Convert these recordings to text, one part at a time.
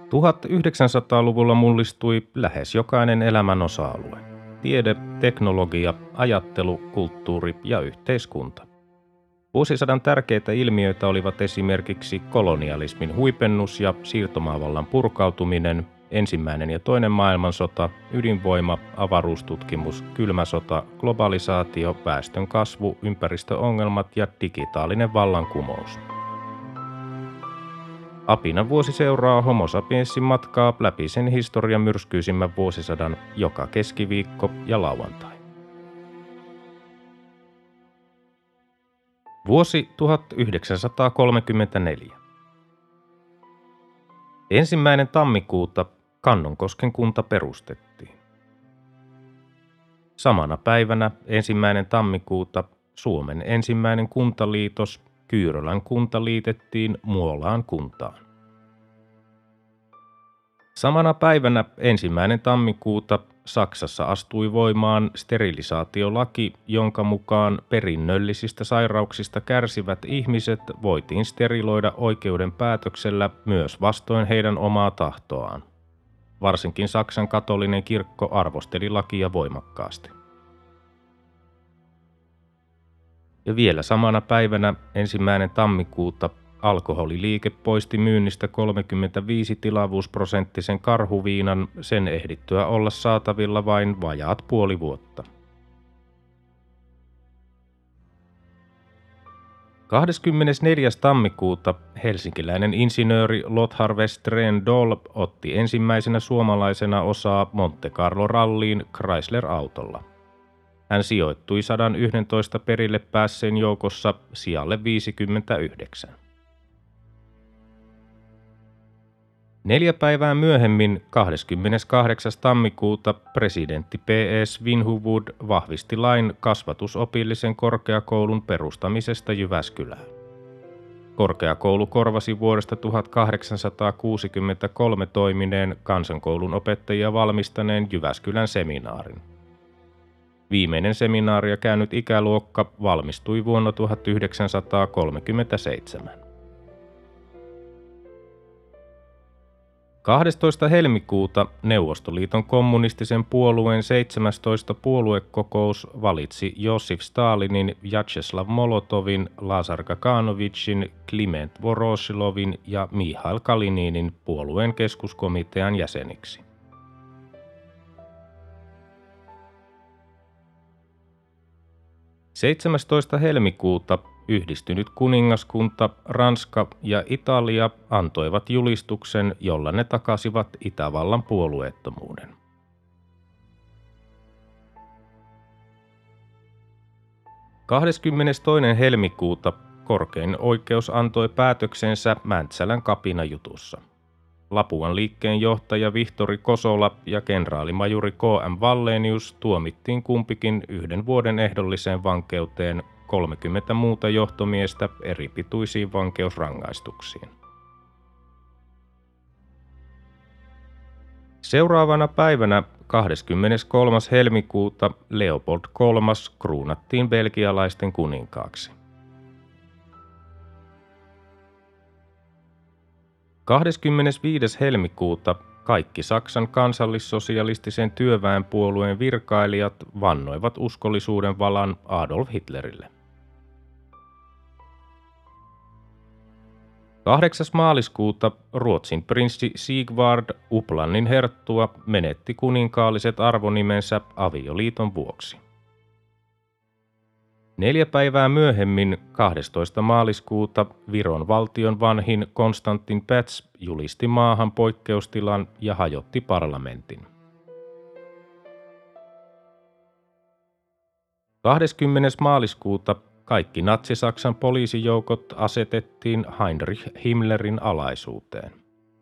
1900-luvulla mullistui lähes jokainen elämän osa-alue. Tiede, teknologia, ajattelu, kulttuuri ja yhteiskunta. Vuosisadan tärkeitä ilmiöitä olivat esimerkiksi kolonialismin huipennus ja siirtomaavallan purkautuminen, ensimmäinen ja toinen maailmansota, ydinvoima, avaruustutkimus, kylmä sota, globalisaatio, väestön kasvu, ympäristöongelmat ja digitaalinen vallankumous. Apinan vuosi seuraa Homo sapiensin matkaa läpi sen historian myrskyisimmän vuosisadan joka keskiviikko ja lauantai. Vuosi 1934. 1. tammikuuta Kannonkosken kunta perustettiin. Samana päivänä 1. tammikuuta Suomen ensimmäinen kuntaliitos Kyyrölän kunta liitettiin Muolaan kuntaan. Samana päivänä 1. tammikuuta Saksassa astui voimaan sterilisaatiolaki, jonka mukaan perinnöllisistä sairauksista kärsivät ihmiset voitiin steriloida oikeuden päätöksellä myös vastoin heidän omaa tahtoaan. Varsinkin Saksan katolinen kirkko arvosteli lakia voimakkaasti. Ja vielä samana päivänä 1. tammikuuta alkoholiliike poisti myynnistä 35 tilavuusprosenttisen karhuviinan sen ehdittyä olla saatavilla vain vajaat puoli vuotta. 24. tammikuuta helsinkiläinen insinööri Lothar Westrén Doll otti ensimmäisenä suomalaisena osaa Monte Carlo ralliin Chrysler-autolla. Hän sijoittui 111 perille päässeen joukossa sijalle 59. 4 päivää myöhemmin, 28. tammikuuta, presidentti P.S. Vinhuvud vahvisti lain kasvatusopillisen korkeakoulun perustamisesta Jyväskylään. Korkeakoulu korvasi vuodesta 1863 toimineen kansankoulun opettajia valmistaneen Jyväskylän seminaarin. Viimeinen seminaaria käynyt ikäluokka valmistui vuonna 1937. 12. helmikuuta Neuvostoliiton kommunistisen puolueen 17. puoluekokous valitsi Josif Stalinin, Vjačeslav Molotovin, Lazar Kakanovicin, Kliment Voroshilovin ja Mihail Kalininin puolueen keskuskomitean jäseniksi. – 17. helmikuuta Yhdistynyt kuningaskunta, Ranska ja Italia antoivat julistuksen, jolla ne takasivat Itävallan puolueettomuuden. 22. helmikuuta korkein oikeus antoi päätöksensä Mäntsälän kapinajutussa. Lapuan liikkeen johtaja Vihtori Kosola ja kenraalimajuri K.M. Wallenius tuomittiin kumpikin 1 vuoden ehdolliseen vankeuteen, 30 muuta johtomiestä eripituisiin vankeusrangaistuksiin. Seuraavana päivänä 23. helmikuuta Leopold III kruunattiin belgialaisten kuninkaaksi. 25. helmikuuta kaikki Saksan kansallissosialistisen työväenpuolueen virkailijat vannoivat uskollisuuden valan Adolf Hitlerille. 8. maaliskuuta Ruotsin prinssi Sigvard, Upplannin herttua, menetti kuninkaalliset arvonimensä avioliiton vuoksi. 4 päivää myöhemmin, 12. maaliskuuta, Viron valtion vanhin Konstantin Päts julisti maahan poikkeustilan ja hajotti parlamentin. 20. maaliskuuta kaikki natsi-Saksan poliisijoukot asetettiin Heinrich Himmlerin alaisuuteen.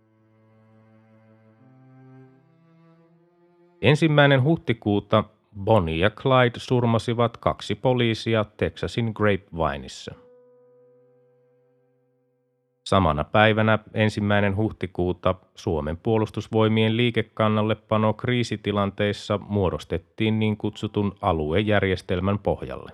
1. huhtikuuta Bonnie ja Clyde surmasivat 2 poliisia Texasin Grapevineissa. Samana päivänä 1. huhtikuuta Suomen puolustusvoimien liikekannallepano kriisitilanteissa muodostettiin niin kutsutun aluejärjestelmän pohjalle.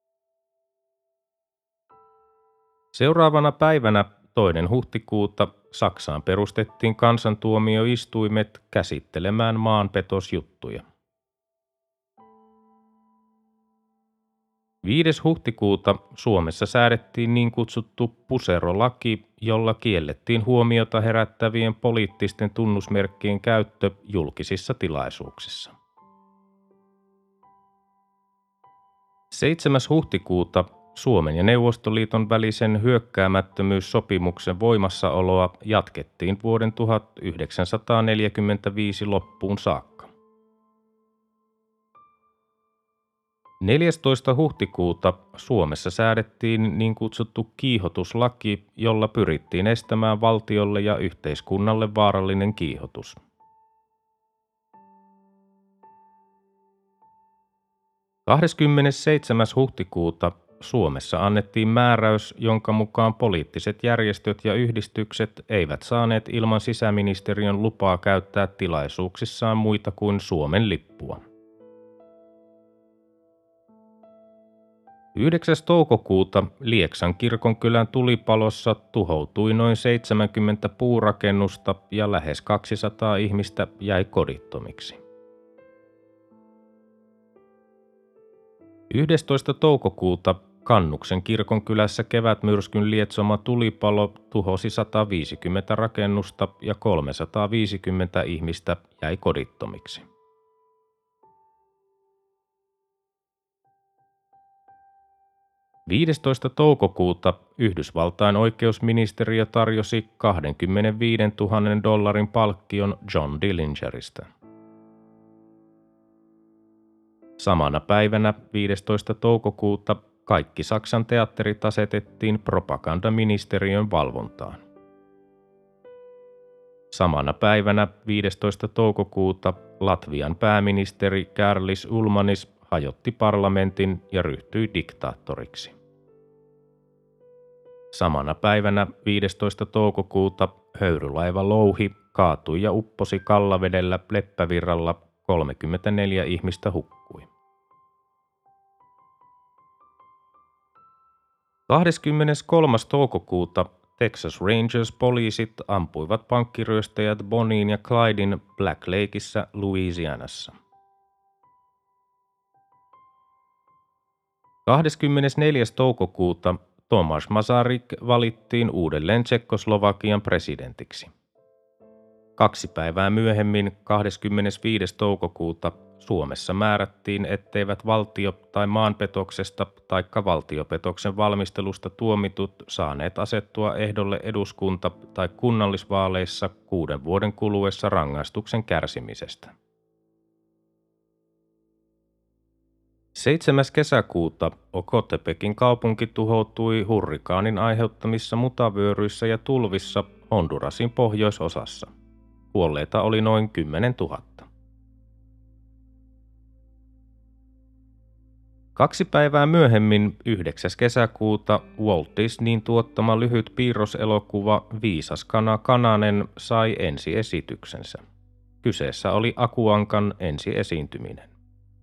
Seuraavana päivänä 2. huhtikuuta Saksaan perustettiin kansantuomioistuimet käsittelemään maanpetosjuttuja. 5. huhtikuuta Suomessa säädettiin niin kutsuttu puserolaki, jolla kiellettiin huomiota herättävien poliittisten tunnusmerkkien käyttö julkisissa tilaisuuksissa. 7. huhtikuuta Suomen ja Neuvostoliiton välisen hyökkäämättömyyssopimuksen voimassaoloa jatkettiin vuoden 1945 loppuun saakka. 14. huhtikuuta Suomessa säädettiin niin kutsuttu kiihotuslaki, jolla pyrittiin estämään valtiolle ja yhteiskunnalle vaarallinen kiihotus. 27. huhtikuuta Suomessa annettiin määräys, jonka mukaan poliittiset järjestöt ja yhdistykset eivät saaneet ilman sisäministeriön lupaa käyttää tilaisuuksissaan muita kuin Suomen lippua. 9. toukokuuta Lieksan kirkonkylän tulipalossa tuhoutui noin 70 puurakennusta ja lähes 200 ihmistä jäi kodittomiksi. 11. toukokuuta Kannuksen kirkonkylässä kevätmyrskyn lietsoma tulipalo tuhosi 150 rakennusta ja 350 ihmistä jäi kodittomiksi. 15. toukokuuta Yhdysvaltain oikeusministeriö tarjosi $25,000 palkkion John Dillingeristä. Samana päivänä 15. toukokuuta kaikki Saksan teatterit asetettiin propagandaministeriön valvontaan. Samana päivänä 15. toukokuuta Latvian pääministeri Kārlis Ulmanis hajotti parlamentin ja ryhtyi diktaattoriksi. Samana päivänä 15. toukokuuta höyrylaiva Louhi kaatui ja upposi Kallavedellä Leppävirralla, 34 ihmistä hukkui. 23. toukokuuta Texas Rangers-poliisit ampuivat pankkiryöstäjät Bonnin ja Clyden Black Lakeissa, Louisianassa. 24. toukokuuta Tomáš Masaryk valittiin uudelleen Tšekkoslovakian presidentiksi. 2 päivää myöhemmin, 25. toukokuuta, Suomessa määrättiin, etteivät valtio- tai maanpetoksesta taikka valtiopetoksen valmistelusta tuomitut saaneet asettua ehdolle eduskunta- tai kunnallisvaaleissa 6 vuoden kuluessa rangaistuksen kärsimisestä. 7. kesäkuuta Ocotepequin kaupunki tuhoutui hurrikaanin aiheuttamissa mutavyöryissä ja tulvissa Hondurasin pohjoisosassa. Kuolleita oli noin 10 000. 2 päivää myöhemmin, 9. kesäkuuta, Walt Disneyn tuottama lyhyt piirroselokuva Viisas kana Kananen sai ensiesityksensä. Kyseessä oli Akuankan ensiesiintyminen.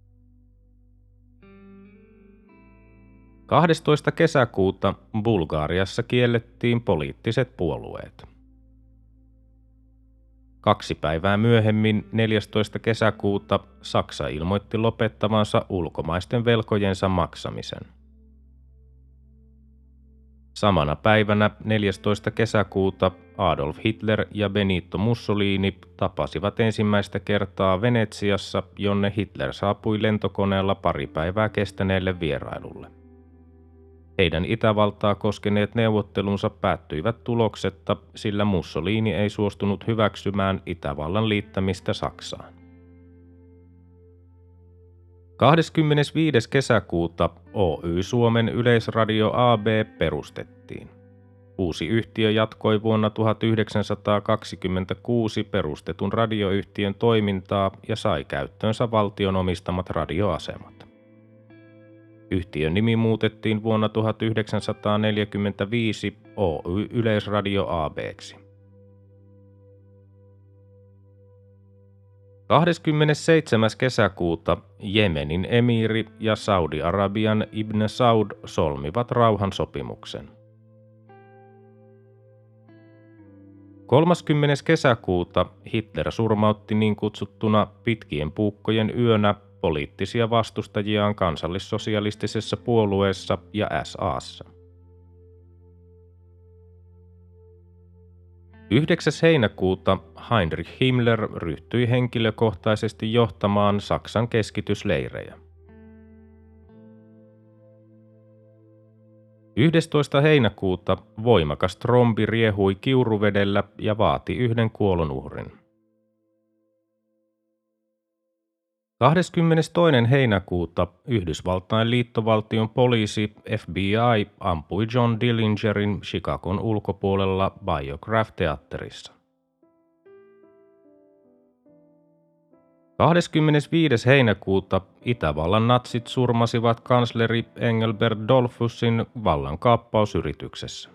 12. kesäkuuta Bulgariassa kiellettiin poliittiset puolueet. 2 päivää myöhemmin, 14. kesäkuuta, Saksa ilmoitti lopettavansa ulkomaisten velkojensa maksamisen. Samana päivänä, 14. kesäkuuta, Adolf Hitler ja Benito Mussolini tapasivat ensimmäistä kertaa Venetsiassa, jonne Hitler saapui lentokoneella 2 päivää kestäneelle vierailulle. Heidän Itävaltaa koskeneet neuvottelunsa päättyivät tuloksetta, sillä Mussolini ei suostunut hyväksymään Itävallan liittämistä Saksaan. 25. kesäkuuta Oy Suomen Yleisradio AB perustettiin. Uusi yhtiö jatkoi vuonna 1926 perustetun radioyhtiön toimintaa ja sai käyttöönsä valtion omistamat radioasemat. Yhtiön nimi muutettiin vuonna 1945 Oy Yleisradio AB:ksi. 27. kesäkuuta Jemenin emiiri ja Saudi-Arabian Ibn Saud solmivat rauhansopimuksen. 30. kesäkuuta Hitler surmautti niin kutsuttuna pitkien puukkojen yönä poliittisia vastustajiaan kansallissosialistisessa puolueessa ja SA:ssa. 9. heinäkuuta Heinrich Himmler ryhtyi henkilökohtaisesti johtamaan Saksan keskitysleirejä. 11. heinäkuuta voimakas trombi riehui Kiuruvedellä ja vaati 1 kuolonuhrin. 22. heinäkuuta Yhdysvaltain liittovaltion poliisi FBI ampui John Dillingerin Chicagon ulkopuolella Biograph-teatterissa. 25. heinäkuuta Itävallan natsit surmasivat kansleri Engelbert Dollfussin vallankaappausyrityksessä.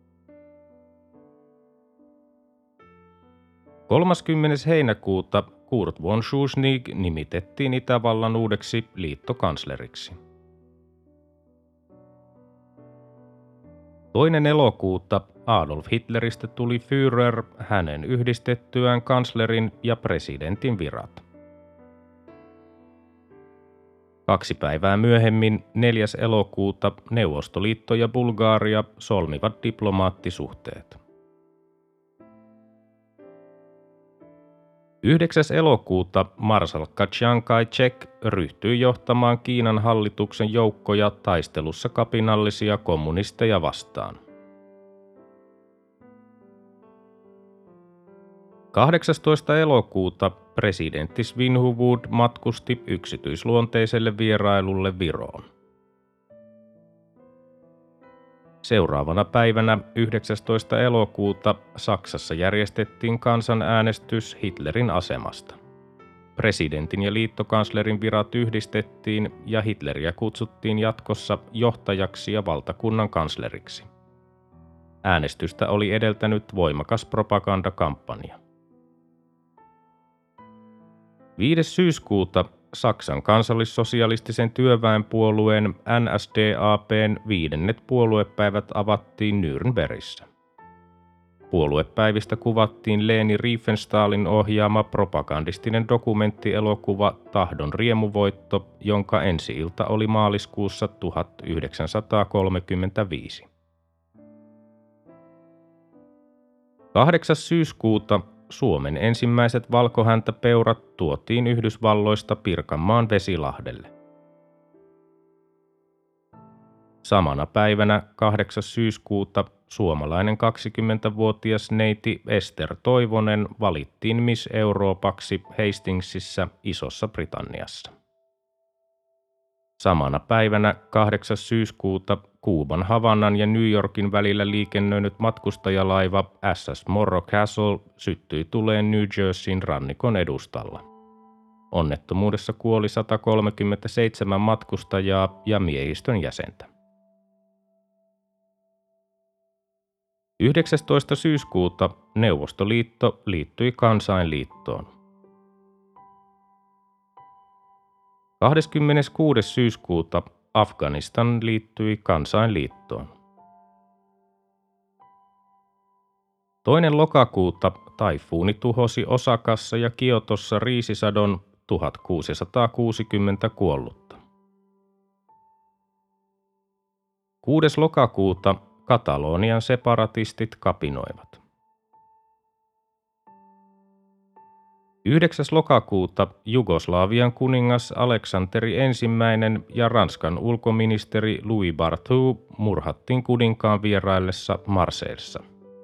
30. heinäkuuta Kurt von Schuschnigg nimitettiin Itävallan uudeksi liittokansleriksi. 2. elokuuta Adolf Hitleristä tuli Führer hänen yhdistettyään kanslerin ja presidentin virat. 2 päivää myöhemmin, 4. elokuuta, Neuvostoliitto ja Bulgaria solmivat diplomaattisuhteet. 9. elokuuta marsalkka Chiang Kai-shek ryhtyi johtamaan Kiinan hallituksen joukkoja taistelussa kapinallisia kommunisteja vastaan. 18. elokuuta presidentti Svinhufvud matkusti yksityisluonteiselle vierailulle Viroon. Seuraavana päivänä 19. elokuuta Saksassa järjestettiin kansanäänestys Hitlerin asemasta. Presidentin ja liittokanslerin virat yhdistettiin ja Hitleriä kutsuttiin jatkossa johtajaksi ja valtakunnan kansleriksi. Äänestystä oli edeltänyt voimakas propagandakampanja. 5. syyskuuta Saksan kansallissosialistisen työväenpuolueen NSDAP:n 5. puoluepäivät avattiin Nürnbergissä. Puoluepäivistä kuvattiin Leni Riefenstahlin ohjaama propagandistinen dokumenttielokuva Tahdon riemuvoitto, jonka ensi-ilta oli maaliskuussa 1935. 8. syyskuuta Suomen ensimmäiset valkohäntäpeurat tuotiin Yhdysvalloista Pirkanmaan Vesilahdelle. Samana päivänä 8. syyskuuta suomalainen 20-vuotias neiti Ester Toivonen valittiin Miss Euroopaksi Hastingsissä Isossa Britanniassa. Samana päivänä 8. syyskuuta Kuuban Havannan ja New Yorkin välillä liikennöinyt matkustajalaiva SS Morro Castle syttyi tuleen New Jerseyn rannikon edustalla. Onnettomuudessa kuoli 137 matkustajaa ja miehistön jäsentä. 19. syyskuuta Neuvostoliitto liittyi Kansainliittoon. 26. syyskuuta Afganistan liittyi Kansainliittoon. 2. lokakuuta taifuuni tuhosi Osakassa ja Kiotossa riisisadon, 1660 kuollutta. 6. lokakuuta Katalonian separatistit kapinoivat. 9. lokakuuta Jugoslavian kuningas Aleksanteri I ja Ranskan ulkoministeri Louis Barthou murhattiin kuninkaan vieraillessa Marseillessa.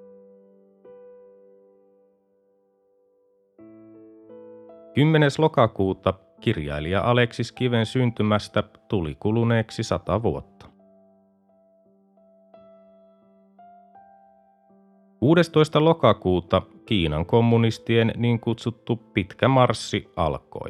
10. lokakuuta kirjailija Aleksis Kiven syntymästä tuli kuluneeksi 100 vuotta. 16. lokakuuta Kiinan kommunistien niin kutsuttu pitkä marssi alkoi.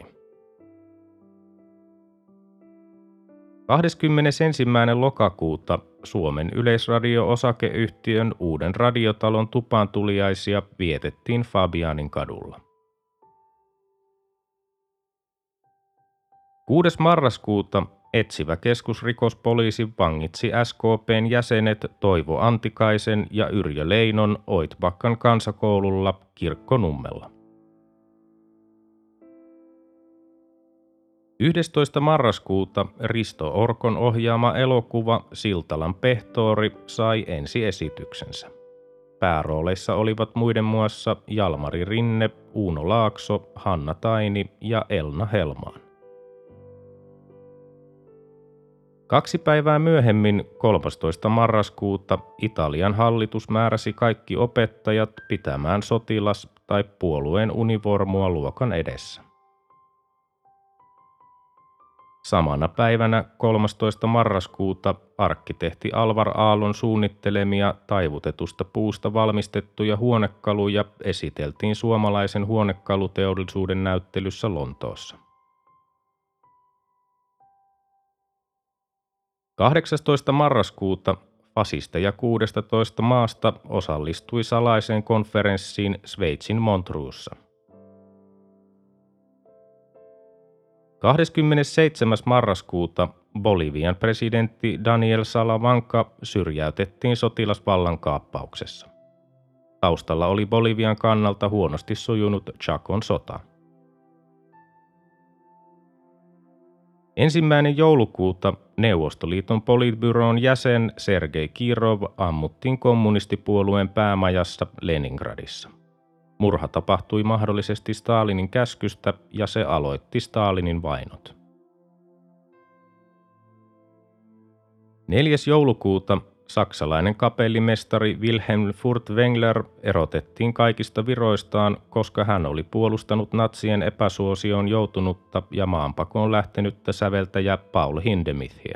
21. lokakuuta Suomen Yleisradio-osakeyhtiön uuden radiotalon tupaantuliaisia vietettiin Fabianin kadulla. 6. marraskuuta etsivä keskusrikospoliisi vangitsi SKP:n jäsenet Toivo Antikaisen ja Yrjö Leinon Oitbackan kansakoululla Kirkkonummella. 11. marraskuuta Risto Orkon ohjaama elokuva Siltalan pehtori sai ensiesityksensä. Päärooleissa olivat muiden muassa Jalmari Rinne, Uuno Laakso, Hanna Taini ja Elna Helmaan. 2 päivää myöhemmin, 13. marraskuuta, Italian hallitus määräsi kaikki opettajat pitämään sotilas- tai puolueen univormua luokan edessä. Samana päivänä 13. marraskuuta arkkitehti Alvar Aallon suunnittelemia taivutetusta puusta valmistettuja huonekaluja esiteltiin suomalaisen huonekaluteollisuuden näyttelyssä Lontoossa. 18. marraskuuta fasisteja 16 maasta osallistui salaiseen konferenssiin Sveitsin Montreuxssa. 27. marraskuuta Bolivian presidentti Daniel Salamanca syrjäytettiin sotilasvallan kaappauksessa. Taustalla oli Bolivian kannalta huonosti sujunut Chacon sota. 1. joulukuuta Neuvostoliiton politbyroon jäsen Sergei Kirov ammuttiin kommunistipuolueen päämajassa Leningradissa. Murha tapahtui mahdollisesti Stalinin käskystä ja se aloitti Stalinin vainot. 4. joulukuuta saksalainen kapellimestari Wilhelm Furtwängler erotettiin kaikista viroistaan, koska hän oli puolustanut natsien epäsuosioon joutunutta ja maanpakoon lähtenyttä säveltäjä Paul Hindemithia.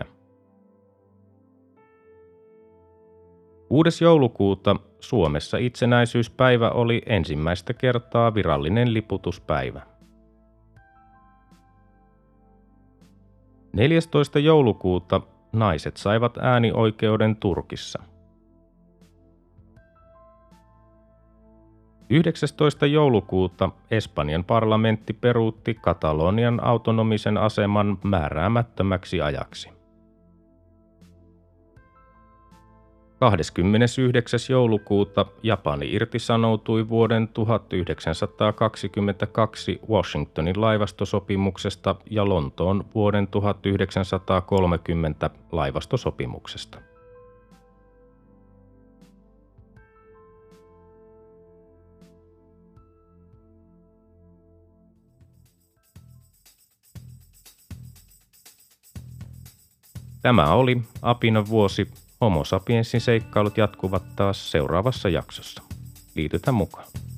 6. joulukuuta Suomessa itsenäisyyspäivä oli ensimmäistä kertaa virallinen liputuspäivä. 14. joulukuuta naiset saivat äänioikeuden Turkissa. 19. joulukuuta Espanjan parlamentti peruutti Katalonian autonomisen aseman määräämättömäksi ajaksi. 29. joulukuuta Japani irtisanoutui vuoden 1922 Washingtonin laivastosopimuksesta ja Lontoon vuoden 1930 laivastosopimuksesta. Tämä oli Apinan vuosi. Homo sapiensin seikkailut jatkuvat taas seuraavassa jaksossa. Liitytä mukaan.